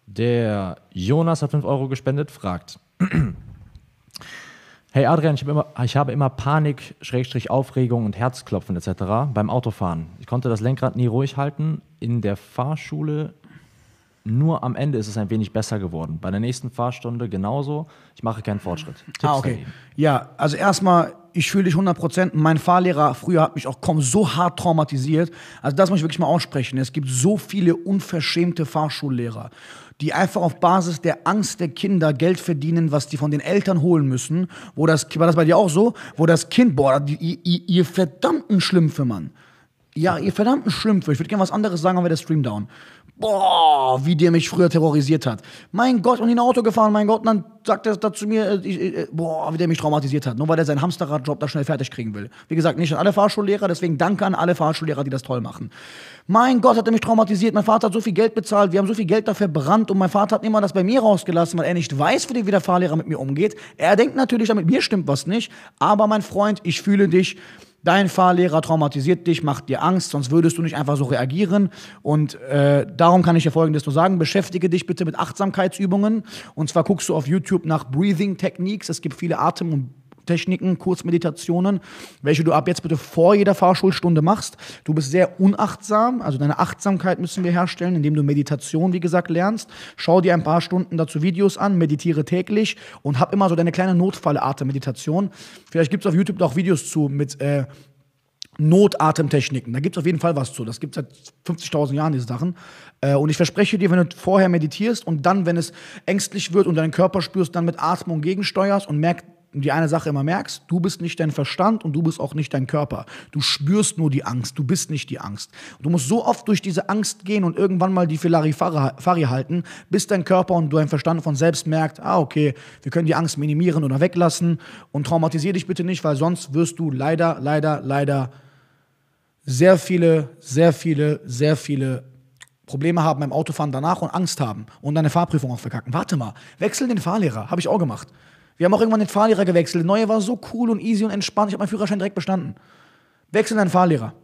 Der Jonas hat 5 Euro gespendet, fragt: Hey Adrian, ich habe immer Panik, Schrägstrich Aufregung und Herzklopfen etc. beim Autofahren. Ich konnte das Lenkrad nie ruhig halten. In der Fahrschule nur am Ende ist es ein wenig besser geworden. Bei der nächsten Fahrstunde genauso. Ich mache keinen Fortschritt. Tipps Okay. daneben. Ja, also erstmal, ich fühle dich 100%. Mein Fahrlehrer früher hat mich auch kaum so hart traumatisiert. Also das muss ich wirklich mal aussprechen. Es gibt so viele unverschämte Fahrschullehrer, die einfach auf Basis der Angst der Kinder Geld verdienen, was die von den Eltern holen müssen. War das bei dir auch so? Wo das Kind, boah, ihr verdammten Schlümpfe, Mann. Ja, ihr verdammten Schlümpfe. Ich würde gerne was anderes sagen, aber wäre der Stream down. Boah, wie der mich früher terrorisiert hat. Mein Gott, und in ein Auto gefahren, mein Gott, und dann sagt er da zu mir, boah, wie der mich traumatisiert hat. Nur weil er seinen Hamsterradjob da schnell fertig kriegen will. Wie gesagt, nicht an alle Fahrschullehrer, deswegen danke an alle Fahrschullehrer, die das toll machen. Mein Gott, hat er mich traumatisiert. Mein Vater hat so viel Geld bezahlt, wir haben so viel Geld dafür verbrannt und mein Vater hat immer das bei mir rausgelassen, weil er nicht weiß, wie der Fahrlehrer mit mir umgeht. Er denkt natürlich, mit mir stimmt was nicht, aber mein Freund, ich fühle dich. Dein Fahrlehrer traumatisiert dich, macht dir Angst, sonst würdest du nicht einfach so reagieren. Und darum kann ich dir Folgendes nur sagen: Beschäftige dich bitte mit Achtsamkeitsübungen. Und zwar guckst du auf YouTube nach Breathing Techniques. Es gibt viele Atem- und Techniken, Kurzmeditationen, welche du ab jetzt bitte vor jeder Fahrschulstunde machst. Du bist sehr unachtsam, also deine Achtsamkeit müssen wir herstellen, indem du Meditation, wie gesagt, lernst. Schau dir ein paar Stunden dazu Videos an, meditiere täglich und hab immer so deine kleine Notfall-Atemmeditation. Vielleicht gibt es auf YouTube auch Videos zu mit Notatemtechniken. Da gibt es auf jeden Fall was zu. Das gibt es seit 50.000 Jahren, diese Sachen. Und ich verspreche dir, wenn du vorher meditierst und dann, wenn es ängstlich wird und deinen Körper spürst, dann mit Atmung gegensteuerst und die eine Sache immer merkst: Du bist nicht dein Verstand und du bist auch nicht dein Körper. Du spürst nur die Angst, du bist nicht die Angst. Und du musst so oft durch diese Angst gehen und irgendwann mal die Larifari halten, bis dein Körper und dein Verstand von selbst merkt: okay, wir können die Angst minimieren oder weglassen, und traumatisier dich bitte nicht, weil sonst wirst du leider sehr viele Probleme haben beim Autofahren danach und Angst haben und deine Fahrprüfung auch verkacken. Warte mal, wechsel den Fahrlehrer, habe ich auch gemacht. Wir haben auch irgendwann den Fahrlehrer gewechselt. Der neue war so cool und easy und entspannt. Ich habe meinen Führerschein direkt bestanden. Wechsel deinen Fahrlehrer.